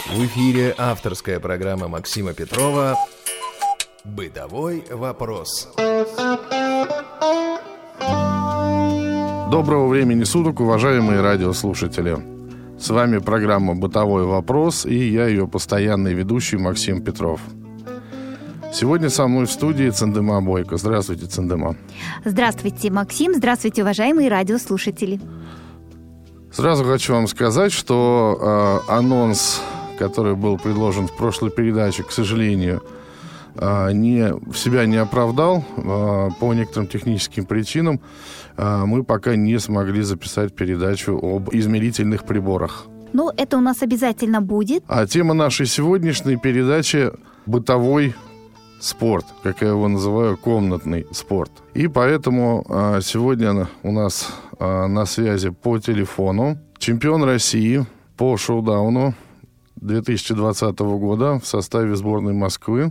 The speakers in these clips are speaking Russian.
В эфире авторская программа Максима Петрова «Бытовой вопрос». Доброго времени суток, уважаемые радиослушатели. С вами программа «Бытовой вопрос» и я ее постоянный ведущий Максим Петров. Сегодня со мной в студии Цендема Бойко. Здравствуйте, Цендема. Здравствуйте, Максим. Здравствуйте, уважаемые радиослушатели. Сразу хочу вам сказать, что анонс, который был предложен в прошлой передаче, к сожалению, себя не оправдал по некоторым техническим причинам. Мы пока не смогли записать передачу об измерительных приборах. Ну, это у нас обязательно будет. А тема нашей сегодняшней передачи – бытовой спорт, как я его называю, комнатный спорт. И поэтому сегодня у нас на связи по телефону чемпион России по шоу-дауну 2020 года в составе сборной Москвы,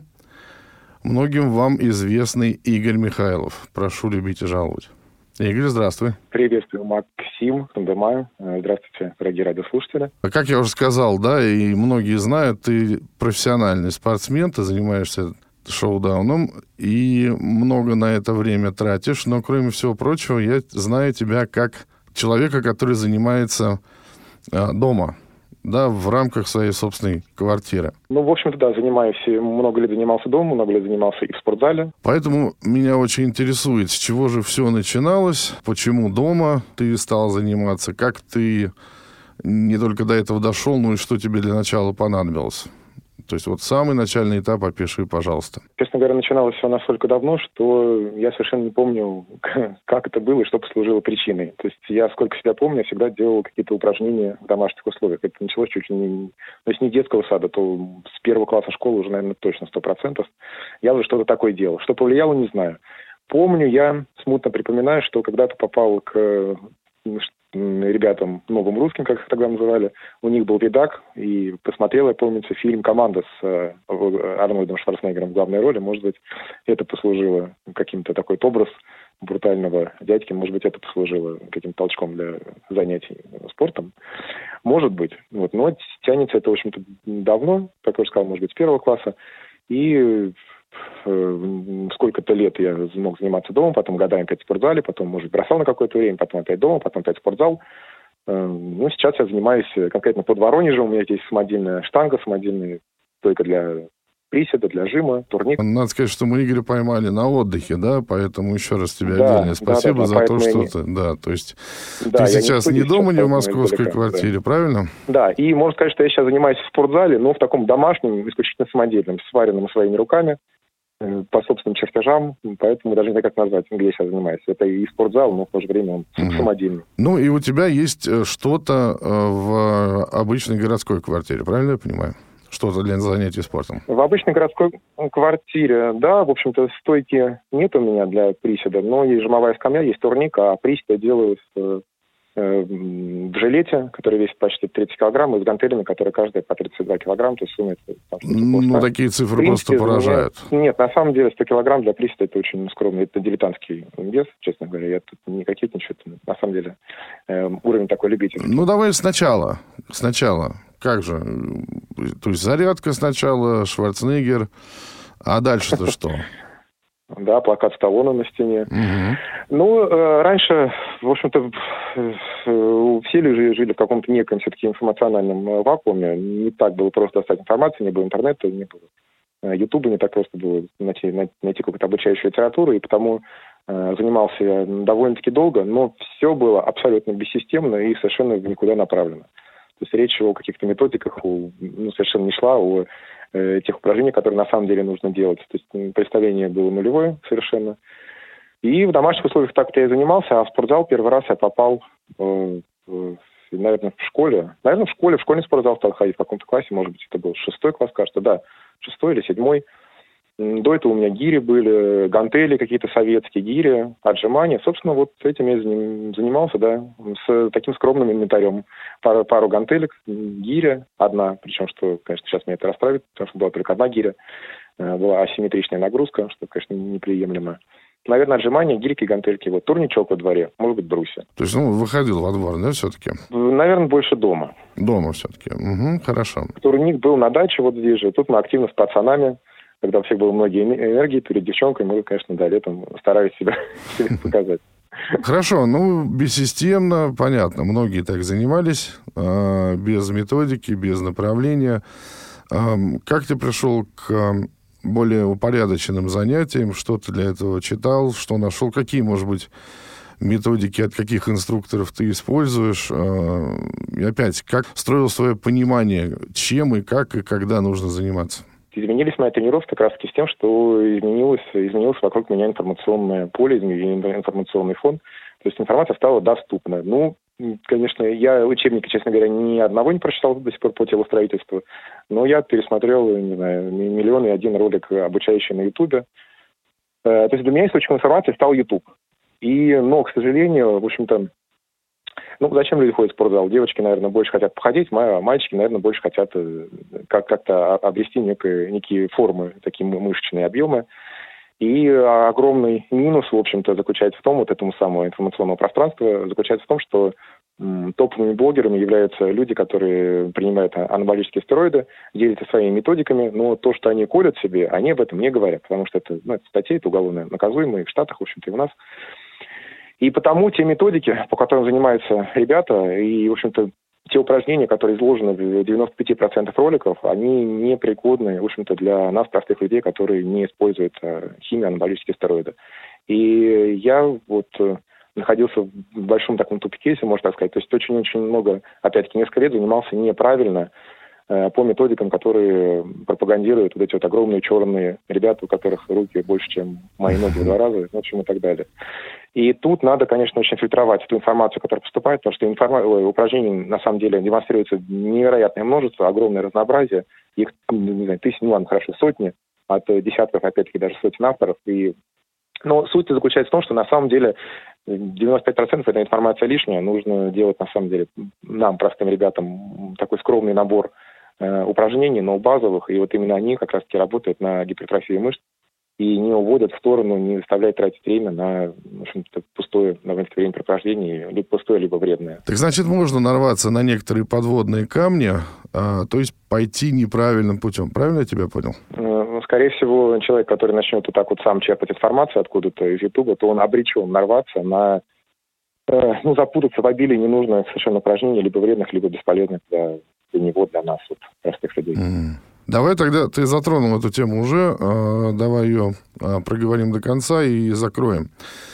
многим вам известный Игорь Михайлов. Прошу любить и жаловать. Игорь, здравствуй. Приветствую, Максим, Цендема. Здравствуйте, дорогие радиослушатели. Как я уже сказал, да, и многие знают, ты профессиональный спортсмен, ты занимаешься шоу-дауном и много на это время тратишь, но, кроме всего прочего, я знаю тебя как человека, который занимается дома, да, в рамках своей собственной квартиры. Ну, в общем-то, да, много лет занимался дома, много лет занимался и в спортзале. Поэтому меня очень интересует, с чего же все начиналось, почему дома ты стал заниматься, как ты не только до этого дошел, но и что тебе для начала понадобилось. То есть вот самый начальный этап опиши, пожалуйста. Честно говоря, начиналось все настолько давно, что я совершенно не помню, как это было и что послужило причиной. То есть я, сколько себя помню, я всегда делал какие-то упражнения в домашних условиях. Это началось чуть ли не... То есть не детского сада, то с первого класса школы уже, наверное, точно 100%. Я уже что-то такое делал. Что повлияло, не знаю. Помню, я смутно припоминаю, что когда-то попал к ребятам новым русским, как их тогда называли, у них был видак, и посмотрел, я помню, фильм «Команда» с Арнольдом Шварценеггером в главной роли. Может быть, это послужило каким-то такой образ брутального дядьки, может быть, это послужило каким-то толчком для занятий спортом. Может быть. Вот. Но тянется это, в общем-то, давно, как я уже сказал, может быть, с первого класса. И сколько-то лет я мог заниматься дома, потом годами опять в спортзале, потом, может, бросал на какое-то время, потом опять дома, потом опять в спортзал. Ну, сейчас я занимаюсь конкретно под Воронежем. У меня здесь самодельная штанга, самодельная стойка для приседа, для жима, турник. Надо сказать, что мы Игоря поймали на отдыхе, да, поэтому еще раз тебе отдельное спасибо за то, что ты... Да, то есть ты сейчас не дома, не в московской квартире, правильно? Да, и можно сказать, что я сейчас занимаюсь в спортзале, но в таком домашнем, исключительно самодельном, сваренном своими руками, по собственным чертежам, поэтому даже не знаю, как назвать, где я сейчас занимаюсь. Это и спортзал, но в то же время он самодельный. Ну, и у тебя есть что-то в обычной городской квартире, правильно я понимаю? Что-то для занятий спортом? В обычной городской квартире, да, в общем-то, стойки нет у меня для приседа, но есть жимовая скамья, есть турник, а присед я делаю в жилете, который весит почти 30 килограмм, и с гантелями, которые каждая по 32 килограмм, то есть в сумме... Ну, такие цифры просто поражают. Нет, на самом деле 100 килограмм для приседа это очень скромно, это дилетантский вес, честно говоря, я тут не кокетничаю, на самом деле уровень такой любительский. Ну, давай сначала. Как же? То есть зарядка сначала, Шварценеггер, а дальше-то что? Да, плакат Сталлоне на стене. Угу. Ну, раньше, в общем-то, все жили в каком-то неком все-таки информациональном вакууме. Не так было просто достать информацию, не было интернета, не было Ютуба, не так просто было найти какую-то обучающую литературу, и потому занимался я довольно-таки долго, но все было абсолютно бессистемно и совершенно никуда направлено. То есть речь о каких-то методиках совершенно не шла, о тех упражнениях, которые на самом деле нужно делать. То есть представление было нулевое совершенно. И в домашних условиях так-то я и занимался, а в спортзал первый раз я попал, наверное, в школе. Наверное, в школьный спортзал стал ходить в каком-то классе, может быть, это был 6 класс, кажется, да, 6 или 7. До этого у меня гири были, гантели какие-то советские, гири, отжимания. Собственно, вот этим я занимался, да, с таким скромным инвентарем. Пару гантелек, гиря одна, причем, что, конечно, сейчас меня это расстраивает, потому что была только одна гиря. Была асимметричная нагрузка, что, конечно, неприемлемо. наверное, отжимания, гирьки, гантельки, вот, турничок во дворе, может быть, брусья. То есть, выходил во двор, да, все-таки? Наверное, больше дома. Дома все-таки. Угу, хорошо. Турник был на даче вот здесь же. Тут мы активно с пацанами, когда у всех было много энергии, перед девчонкой, мы, конечно, да, летом старались себя показать. Хорошо, бессистемно, понятно. Многие так занимались, без методики, без направления. Как ты пришел к более упорядоченным занятиям? Что ты для этого читал? Что нашел? Какие, может быть, методики, от каких инструкторов ты используешь? И опять, как строил свое понимание, чем и как и когда нужно заниматься? Изменились мои тренировки как раз-таки с тем, что изменилось вокруг меня информационное поле, информационный фон. То есть информация стала доступна. Конечно, я учебника, честно говоря, ни одного не прочитал до сих пор по телостроительству, но я пересмотрел, не знаю, 1,000,001 ролик, обучающий на Ютубе. То есть для меня источником информации стал Ютуб. Но, к сожалению, в общем-то, зачем люди ходят в спортзал? Девочки, наверное, больше хотят походить, мальчики, наверное, больше хотят как-то обрести некие формы, такие мышечные объемы. И огромный минус, в общем-то, заключается в том, вот этому самого информационного пространства, заключается в том, что топовыми блогерами являются люди, которые принимают анаболические стероиды, делятся своими методиками, но то, что они колят себе, они об этом не говорят, потому что это статья, это уголовно наказуемо и в Штатах, в общем-то, и у нас. И потому те методики, по которым занимаются ребята, и, в общем-то, те упражнения, которые изложены в 95% роликов, они непригодны, в общем-то, для нас, простых людей, которые не используют химию, анаболические стероиды. И я находился в большом таком тупике, если можно так сказать. То есть очень-очень много, опять-таки, несколько лет занимался неправильно по методикам, которые пропагандируют вот эти вот огромные черные ребята, у которых руки больше, чем мои ноги в 2 раза, в общем, и так далее. И тут надо, конечно, очень фильтровать эту информацию, которая поступает, потому что упражнений, на самом деле, демонстрируется невероятное множество, огромное разнообразие. Их, не знаю, тысячи, сотни, от десятков, опять-таки, даже сотен авторов. Но суть заключается в том, что на самом деле 95% этой информации лишняя. Нужно делать, на самом деле, нам, простым ребятам, такой скромный набор упражнений, но базовых. И вот именно они как раз-таки работают на гипертрофию мышц и не уводят в сторону, не заставляют тратить время на, в общем-то, пустое времяпрепровождение, либо пустое, либо вредное. Так значит, можно нарваться на некоторые подводные камни, то есть пойти неправильным путем. Правильно я тебя понял? Скорее всего, человек, который начнет вот так вот сам черпать информацию откуда-то из Ютуба, то он обречен нарваться на, запутаться в обилии ненужных совершенно упражнений, либо вредных, либо бесполезных для него, для нас, простых людей. Давай тогда, ты затронул эту тему уже, давай ее проговорим до конца и закроем.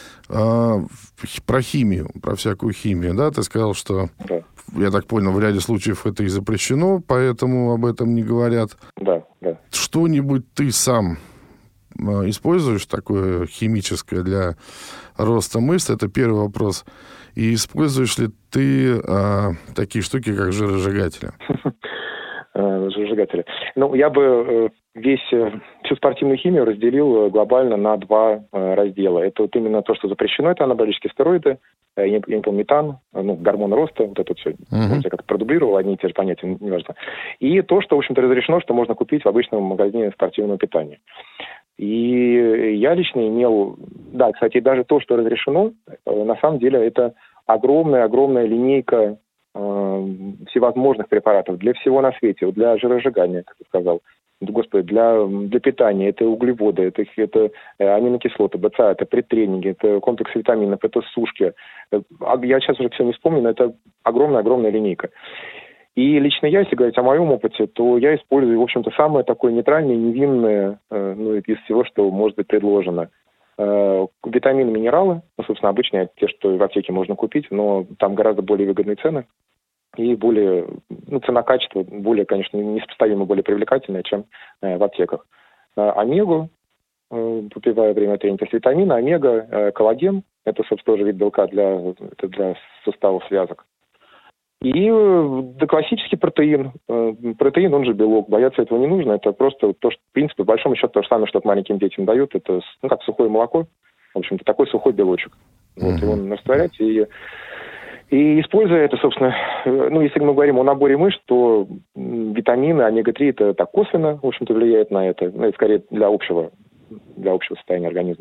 Про химию, про всякую химию, да? Ты сказал, что, да. Я так понял, в ряде случаев это и запрещено, поэтому об этом не говорят. Да. Что-нибудь ты сам используешь такое химическое для роста мышц? Это первый вопрос. И используешь ли ты такие штуки, как жиросжигатели? Жиросжигатели. Я бы всю спортивную химию разделил глобально на 2 раздела. Это вот именно то, что запрещено, это анаболические стероиды, я не помню, метан, гормон роста, вот это все. Я как-то продублировал, одни и те же понятия, неважно. И то, что, в общем-то, разрешено, что можно купить в обычном магазине спортивного питания. И я лично имел... Да, кстати, даже то, что разрешено, на самом деле, это огромная линейка всевозможных препаратов для всего на свете, для жиросжигания, как я сказал, господи, для питания, это углеводы, это аминокислоты, БЦА, это предтренинги, это комплекс витаминов, это сушки. Я сейчас уже все не вспомню, но это огромная линейка. И лично я, если говорить о моем опыте, то я использую, в общем-то, самое такое нейтральное, невинное, из всего, что может быть предложено. Витамины, минералы, собственно, обычные, те, что в аптеке можно купить, но там гораздо более выгодные цены и более, цена-качество более, конечно, несопоставимо более привлекательная, чем в аптеках. Омегу попиваю время от времени, то есть витамины, омега, коллаген, это, собственно, тоже вид белка для суставов, связок. И классический протеин. Протеин, он же белок. Бояться этого не нужно. Это просто то, что, в принципе, по большому счету, то же самое, что маленьким детям дают. Это, как сухое молоко. В общем-то, такой сухой белочек. Его растворять. И используя это, собственно, если мы говорим о наборе мышц, то витамины, омега-3, это так косвенно, в общем-то, влияет на это. Это скорее для общего состояния организма.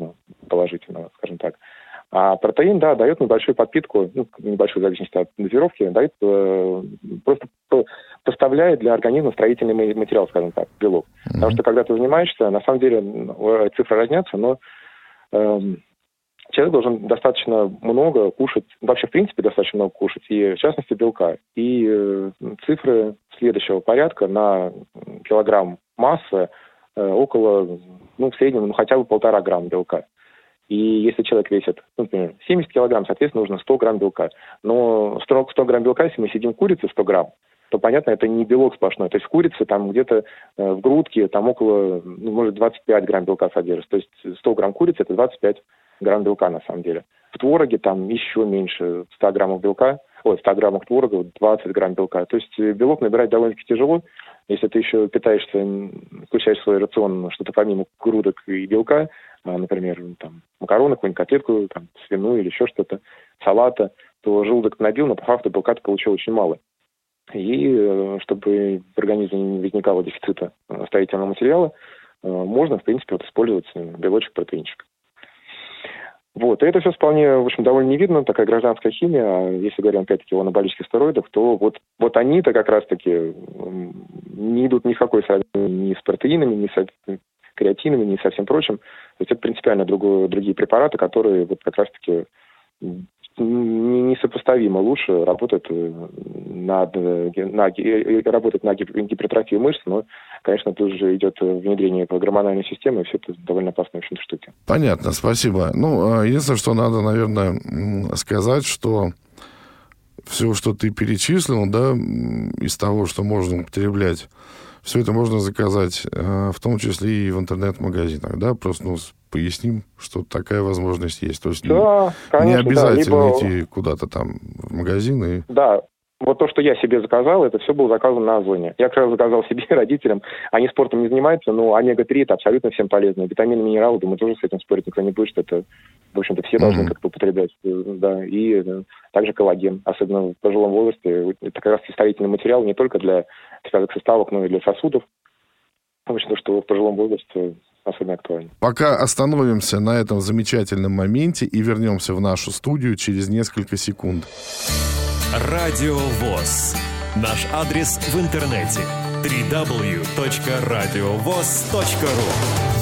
положительного, скажем так. А протеин, да, дает небольшую подпитку, небольшую в зависимости от дозировки, дает, просто поставляет для организма строительный материал, скажем так, белок. Потому что когда ты занимаешься, на самом деле цифры разнятся, но человек должен достаточно много кушать, вообще в принципе достаточно много кушать, и в частности белка. И цифры следующего порядка на килограмм массы около, в среднем, хотя бы 1,5 грамма белка. И если человек весит, например, 70 килограмм, соответственно, нужно 100 грамм белка. Но 100 грамм белка, если мы съедим курицы 100 грамм, то, понятно, это не белок сплошной. То есть в курице там где-то в грудке там около, может, 25 грамм белка содержится. То есть 100 грамм курицы – это 25 грамм белка на самом деле. В твороге там еще меньше 100 граммов белка, 100 граммов творога, 20 грамм белка. То есть белок набирать довольно-таки тяжело. Если ты еще питаешься, включаешь в свой рацион что-то помимо грудок и белка, например, там, макароны, какую-нибудь котлетку, там, свиную или еще что-то, салата, то желудок набил, но по факту белка ты получил очень мало. И чтобы в организме не возникало дефицита строительного материала, можно, в принципе, использовать белочек-протеинчик. И это все вполне, в общем, довольно не видно, такая гражданская химия. А если говорим, опять-таки, о анаболических стероидах, то вот они-то как раз-таки не идут ни в какой сравнении ни с протеинами, ни с креатинами, ни со всем прочим. То есть это принципиально другие препараты, которые вот как раз-таки несопоставимо лучше работают на гипертрофию мышц, но, конечно, тут же идет внедрение в гормональную систему, и все это довольно опасные, в общем-то, штуки. Понятно, спасибо. Единственное, что надо, наверное, сказать, что все, что ты перечислил, да, из того, что можно употреблять, все это можно заказать, в том числе и в интернет-магазинах, да? Просто поясним, что такая возможность есть. То есть да, конечно, не обязательно идти куда-то там в магазин. И... Да, вот то, что я себе заказал, это все было заказано на Озоне. Я как раз заказал себе, родителям. Они спортом не занимаются, но омега-3 это абсолютно всем полезно. Витамины, минералы, думаю, тоже с этим спорить никто не будет, что это, в общем-то, все должны как-то употреблять. Да, и также коллаген, особенно в пожилом возрасте. Это как раз строительный материал не только для связок суставов, но и для сосудов. В общем-то, что в пожилом возрасте особенно актуально. Пока остановимся на этом замечательном моменте и вернемся в нашу студию через несколько секунд. Радио ВОС. Наш адрес в интернете www.radiovoz.ru.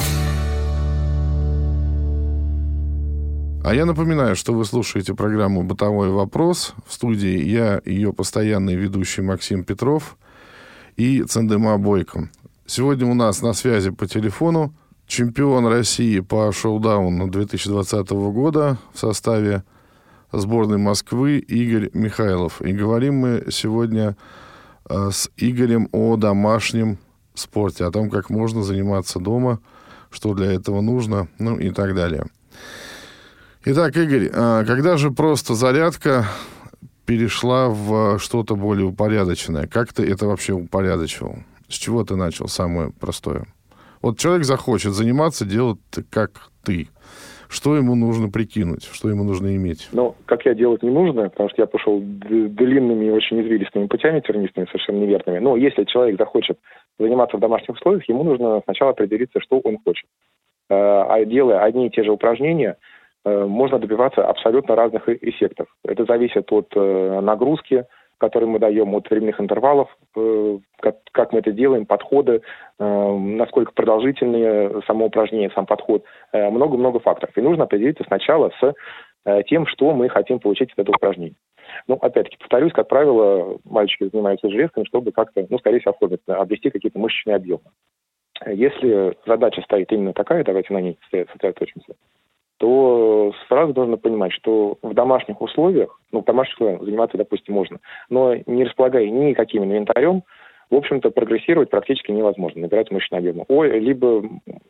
А я напоминаю, что вы слушаете программу «Бытовой вопрос». В студии я, ее постоянный ведущий Максим Петров и Цендема Бойко. Сегодня у нас на связи по телефону чемпион России по шоу-дауну 2020 года в составе сборной Москвы Игорь Михайлов. И говорим мы сегодня с Игорем о домашнем спорте, о том, как можно заниматься дома, что для этого нужно, и так далее. Итак, Игорь, когда же просто зарядка перешла в что-то более упорядоченное? Как ты это вообще упорядочивал? С чего ты начал самое простое? Вот человек захочет заниматься, делать как ты. Что ему нужно прикинуть? Что ему нужно иметь? Как я делать не нужно, потому что я пошел длинными и очень извилистыми путями тернистыми, совершенно неверными. Но если человек захочет заниматься в домашних условиях, ему нужно сначала определиться, что он хочет. А делая одни и те же упражнения, можно добиваться абсолютно разных эффектов. Это зависит от нагрузки, которые мы даем, от временных интервалов, как мы это делаем, подходы, насколько продолжительные само упражнение, сам подход. Много-много факторов. И нужно определиться сначала с тем, что мы хотим получить от этого упражнения. Опять-таки, повторюсь, как правило, мальчики занимаются железками, чтобы как-то, скорее всего, обрести какие-то мышечные объемы. Если задача стоит именно такая, давайте на ней сосредоточимся, то сразу нужно понимать, что в домашних условиях, в домашних условиях заниматься, допустим, можно, но не располагая никаким инвентарем, в общем-то, прогрессировать практически невозможно, набирать мышечный объем. Либо,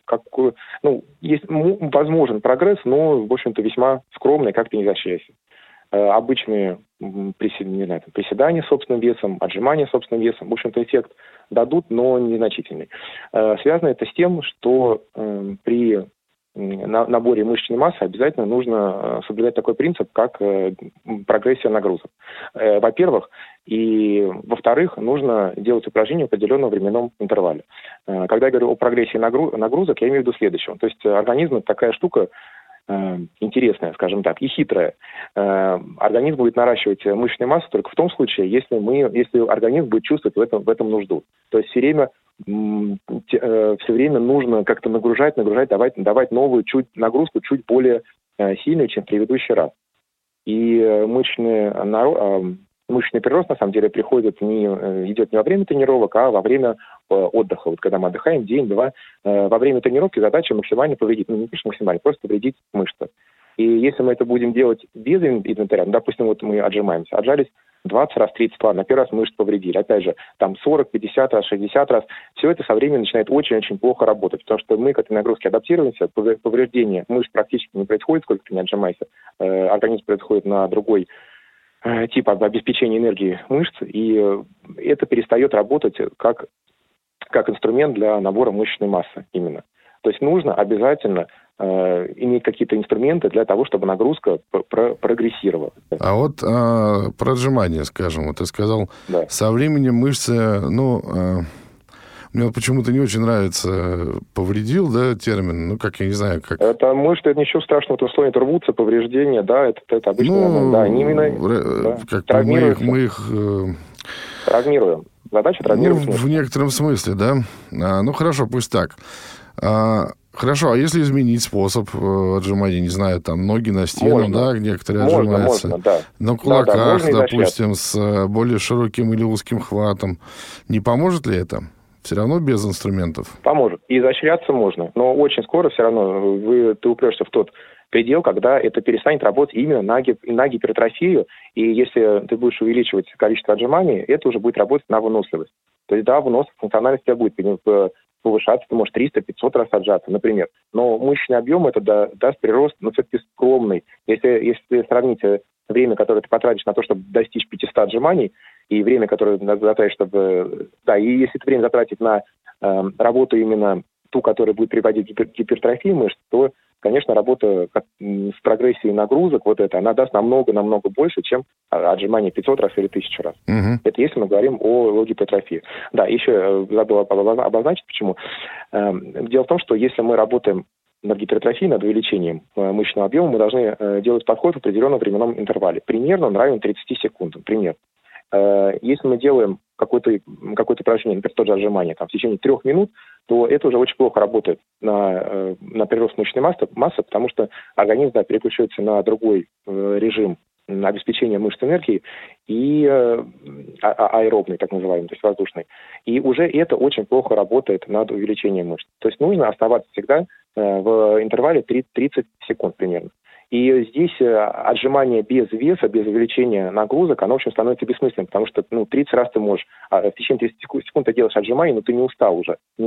есть возможен прогресс, но, в общем-то, весьма скромный, как-то не защищайся. Обычные приседания собственным весом, отжимания собственным весом, в общем-то, эффект дадут, но незначительный. Связано это с тем, что при наборе мышечной массы обязательно нужно соблюдать такой принцип, как прогрессия нагрузок. Во-первых, и во-вторых, нужно делать упражнения в определенном временном интервале. Когда я говорю о прогрессии нагрузок, я имею в виду следующее. То есть организм – это такая штука, интересная, скажем так, и хитрая. Организм будет наращивать мышечную массу только в том случае, если организм будет чувствовать в этом нужду. То есть все время нужно как-то нагружать, давать новую нагрузку чуть более сильную, чем в предыдущий раз. И мышечный прирост, на самом деле, идет не во время тренировок, а во время отдыха. Вот когда мы отдыхаем день-два, во время тренировки задача максимально повредить, не пишем максимально, просто повредить мышцы. И если мы это будем делать без инвентаря, допустим, вот мы отжимаемся, отжались 20 раз, 30 раз, на первый раз мышцы повредили. Опять же, там 40, 50 раз, 60 раз. Все это со временем начинает очень-очень плохо работать, потому что мы к этой нагрузке адаптируемся, повреждение мышц практически не происходит, сколько ты не отжимайся. Организм происходит на другой тип обеспечения энергии мышц, и это перестает работать как инструмент для набора мышечной массы именно. То есть нужно обязательно иметь какие-то инструменты для того, чтобы нагрузка прогрессировала. А вот про отжимания, скажем, вот ты сказал, да. Со временем мышцы, мне вот почему-то не очень нравится повредил, да, термин, я не знаю, как... Это мышцы, это ничего страшного, это условия рвутся, повреждения, да, это обычно, да, они именно травмируются. Мы их... Травмируем. Задача травмировать мышцы. В некотором смысле, да. Хорошо, пусть так. Хорошо, а если изменить способ отжимания, не знаю, там, ноги на стену, можно. Да, некоторые отжимаются. Можно, да. На кулаках, да, допустим, с более широким или узким хватом. Не поможет ли это? Все равно без инструментов? Поможет. И изощряться можно. Но очень скоро все равно ты упрешься в тот предел, когда это перестанет работать именно на гипертрофию. И если ты будешь увеличивать количество отжиманий, это уже будет работать на выносливость. То есть, да, функциональность у тебя будет повышаться, ты можешь 300-500 раз отжаться, например. Но мышечный объем это даст прирост, но все-таки скромный. Если сравнить время, которое ты потратишь на то, чтобы достичь 500 отжиманий, и время, которое затратишь, чтобы... Да, и если это время затратить на работу именно ту, которая будет приводить к гипертрофии мышц, то, конечно, работа с прогрессией нагрузок, она даст намного больше, чем отжимание 500 раз или 1000 раз. Угу. Это если мы говорим о гипертрофии. Да, еще забыл обозначить, почему. Дело в том, что если мы работаем над гипертрофией, над увеличением мышечного объема, мы должны делать подход в определенном временном интервале. Примерно он равен 30 секундам. Пример. Если мы делаем какое-то упражнение, например, тот же отжимание, в течение 3 минут, то это уже очень плохо работает на прирост мышечной массы, потому что организм переключается на другой режим обеспечения мышц энергией и аэробный, так называемый, то есть воздушный. И уже это очень плохо работает над увеличением мышц. То есть нужно оставаться всегда в интервале 30 секунд примерно. И здесь отжимание без веса, без увеличения нагрузок, оно, в общем, становится бессмысленным, потому что 30 раз ты можешь, в течение 30 секунд ты делаешь отжимание, но ты не устал.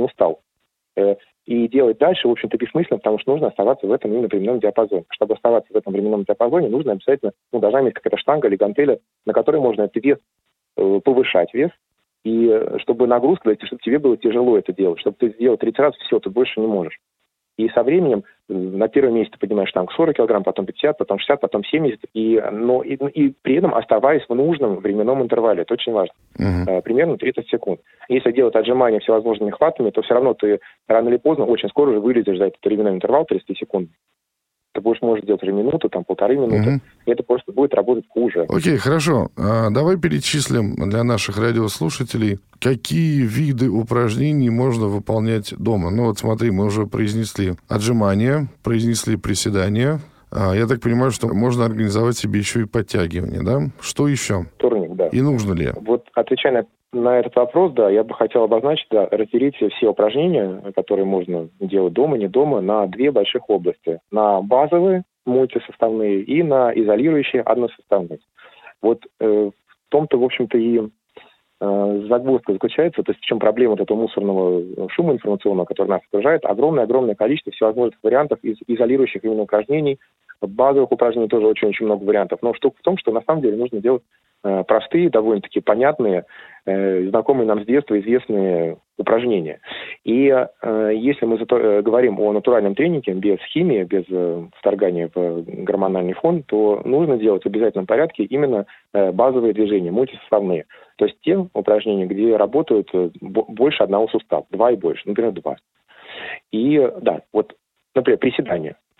И делать дальше, в общем-то, бессмысленно, потому что нужно оставаться в этом именно временном диапазоне. Чтобы оставаться в этом временном диапазоне, нужно обязательно, должна быть какая-то штанга или гантеля, на которой можно этот вес повышать вес, и чтобы нагрузка, чтобы тебе было тяжело это делать, чтобы ты сделал 30 раз, все, ты больше не можешь. И со временем на первом месте ты поднимаешь штангу 40 килограмм, потом 50, потом 60, потом 70, и при этом оставаясь в нужном временном интервале. Это очень важно. Примерно 30 секунд. Если делать отжимания всевозможными хватами, то все равно ты рано или поздно, очень скоро уже вылезешь за этот временной интервал 30 секунд. Ты можешь делать уже минуту, 1,5 минуты, и это просто будет работать хуже. Окей, хорошо. Давай перечислим для наших радиослушателей, какие виды упражнений можно выполнять дома. Смотри, мы уже произнесли отжимания, произнесли приседания. Я так понимаю, что можно организовать себе еще и подтягивания, да? Что еще? Турник, да. И нужно ли? Отвечая на этот вопрос, да, я бы хотел обозначить, разделить все упражнения, которые можно делать дома, не дома, на 2 больших области. На базовые, мультисоставные, и на изолирующие, односоставные. В том-то, в общем-то, и загвоздка заключается, то есть в чем проблема этого мусорного шума информационного, который нас окружает, огромное количество всевозможных вариантов из изолирующих именно упражнений, базовых упражнений тоже очень много вариантов. Но штука в том, что на самом деле нужно делать простые, довольно-таки понятные, знакомые нам с детства известные упражнения. И если мы говорим о натуральном тренинге, без химии, без вторгания в гормональный фон, то нужно делать в обязательном порядке именно базовые движения, мультисоставные. То есть те упражнения, где работают больше одного сустава, 2 и больше, например, 2. И да, например, приседания.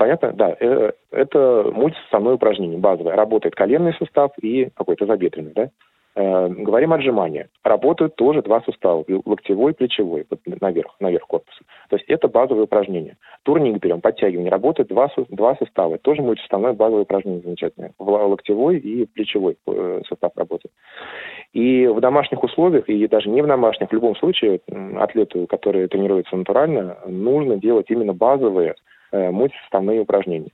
Понятно? Да, это мультисуставное упражнение, базовое. Работает коленный сустав и какой-то тазобедренный, да? Говорим отжимания. Работают тоже два сустава, локтевой и плечевой, вот наверх корпуса. То есть это базовые упражнения. Турник берем, подтягивание. Работают два сустава. Тоже мультисуставное базовое упражнение замечательное. Локтевой и плечевой сустав работает. И в домашних условиях, и даже не в домашних, в любом случае, атлету, который тренируется натурально, нужно делать именно базовые мультисуставные упражнения.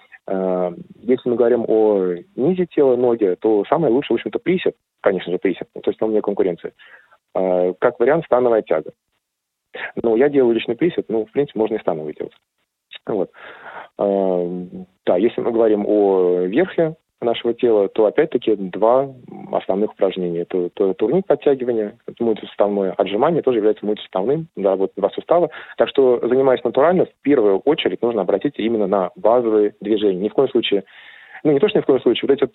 Если мы говорим о низе тела, ноги, то самое лучшее, в общем-то, присед, конечно же, присед, то есть там вне конкуренции. Как вариант, становая тяга. Но я делаю личный присед, в принципе, можно и становый делать. Вот. Да, если мы говорим о верхе нашего тела, то опять-таки два основных упражнения. Это турник подтягивания, это мультисуставное, отжимание тоже является мультисуставным, да, вот два сустава. Так что, занимаясь натурально, в первую очередь нужно обратиться именно на базовые движения. Ни в коем случае, не то, что ни в коем случае, вот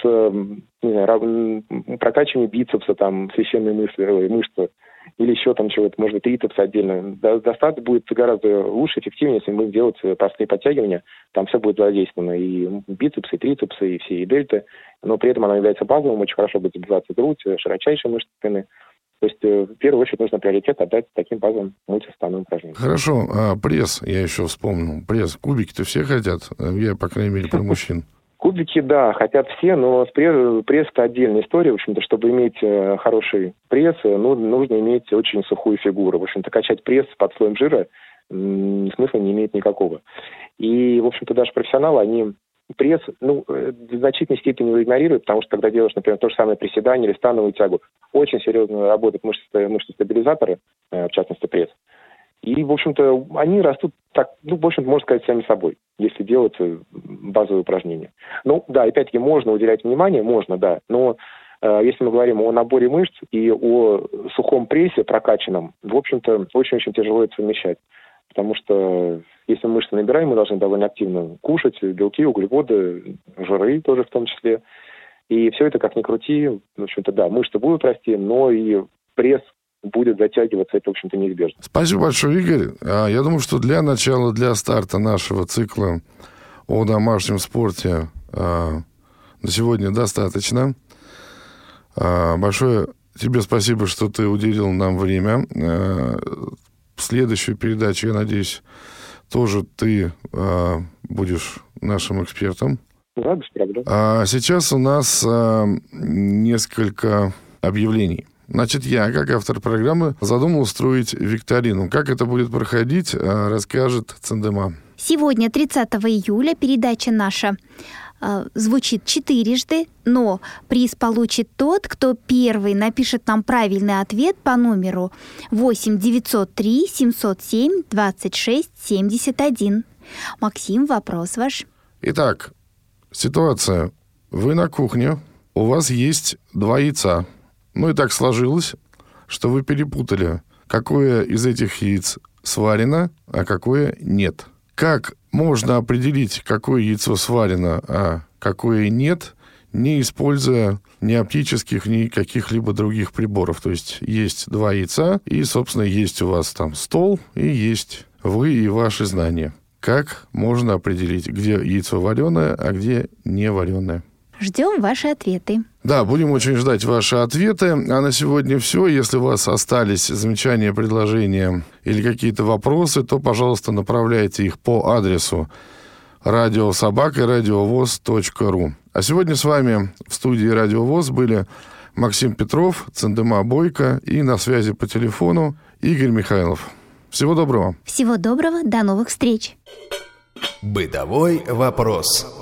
эти прокачивание бицепса, там, священные мышцы, или еще там чего-то, может быть, трицепс отдельно. Достаточно будет гораздо лучше, эффективнее, если мы будем делать простые подтягивания. Там все будет задействовано, и бицепсы, и трицепсы, и все, и дельты. Но при этом она является базовым, очень хорошо будет забиваться грудь, широчайшие мышцы спины. То есть, в первую очередь, нужно приоритет отдать таким базовым мультисуставным упражнениям. Хорошо. Пресс, я еще вспомнил. Пресс. Кубики-то все хотят. Я, по крайней мере, про мужчин. Кубики, да, хотят все, но пресс – это отдельная история. В общем-то, чтобы иметь хороший пресс, нужно иметь очень сухую фигуру. В общем-то, качать пресс под слоем жира смысла не имеет никакого. И, в общем-то, даже профессионалы, они пресс, в значительной степени его игнорируют, потому что, когда делаешь, например, то же самое приседание или становую тягу, очень серьезно работают мышцы-стабилизаторы, в частности, пресс. И, в общем-то, они растут так, в общем-то, можно сказать, сами собой, если делать базовые упражнения. Да, опять-таки, можно уделять внимание, можно, да, но если мы говорим о наборе мышц и о сухом прессе прокачанном, в общем-то, очень-очень тяжело это совмещать. Потому что если мы мышцы набираем, мы должны довольно активно кушать белки, углеводы, жиры тоже в том числе. И все это, как ни крути, в общем-то, да, мышцы будут расти, но и пресс будет затягиваться, это, в общем-то, неизбежно. Спасибо большое, Игорь. Я думаю, что для начала, для старта нашего цикла о домашнем спорте на сегодня достаточно. Большое тебе спасибо, что ты уделил нам время. В следующей передаче, я надеюсь, тоже ты будешь нашим экспертом. Да, без проблем. Сейчас у нас несколько объявлений. Значит, я, как автор программы, задумал устроить викторину. Как это будет проходить, расскажет Цендема. Сегодня, 30 июля, передача наша звучит 4, но приз получит тот, кто первый напишет нам правильный ответ по номеру 8 903 707 26 71. Максим, вопрос ваш. Итак, ситуация. Вы на кухне, у вас есть 2 яйца. И так сложилось, что вы перепутали, какое из этих яиц сварено, а какое нет. Как можно определить, какое яйцо сварено, а какое нет, не используя ни оптических, ни каких-либо других приборов? То есть 2 яйца, и, собственно, есть у вас там стол, и есть вы и ваши знания. Как можно определить, где яйцо вареное, а где не вареное? Ждем ваши ответы. Да, будем очень ждать ваши ответы. А на сегодня все. Если у вас остались замечания, предложения или какие-то вопросы, то, пожалуйста, направляйте их по адресу radio@radiovoz.ru. А сегодня с вами в студии Радио ВОС были Максим Петров, Цендема Бойко и на связи по телефону Игорь Михайлов. Всего доброго. Всего доброго. До новых встреч. Бытовой вопрос.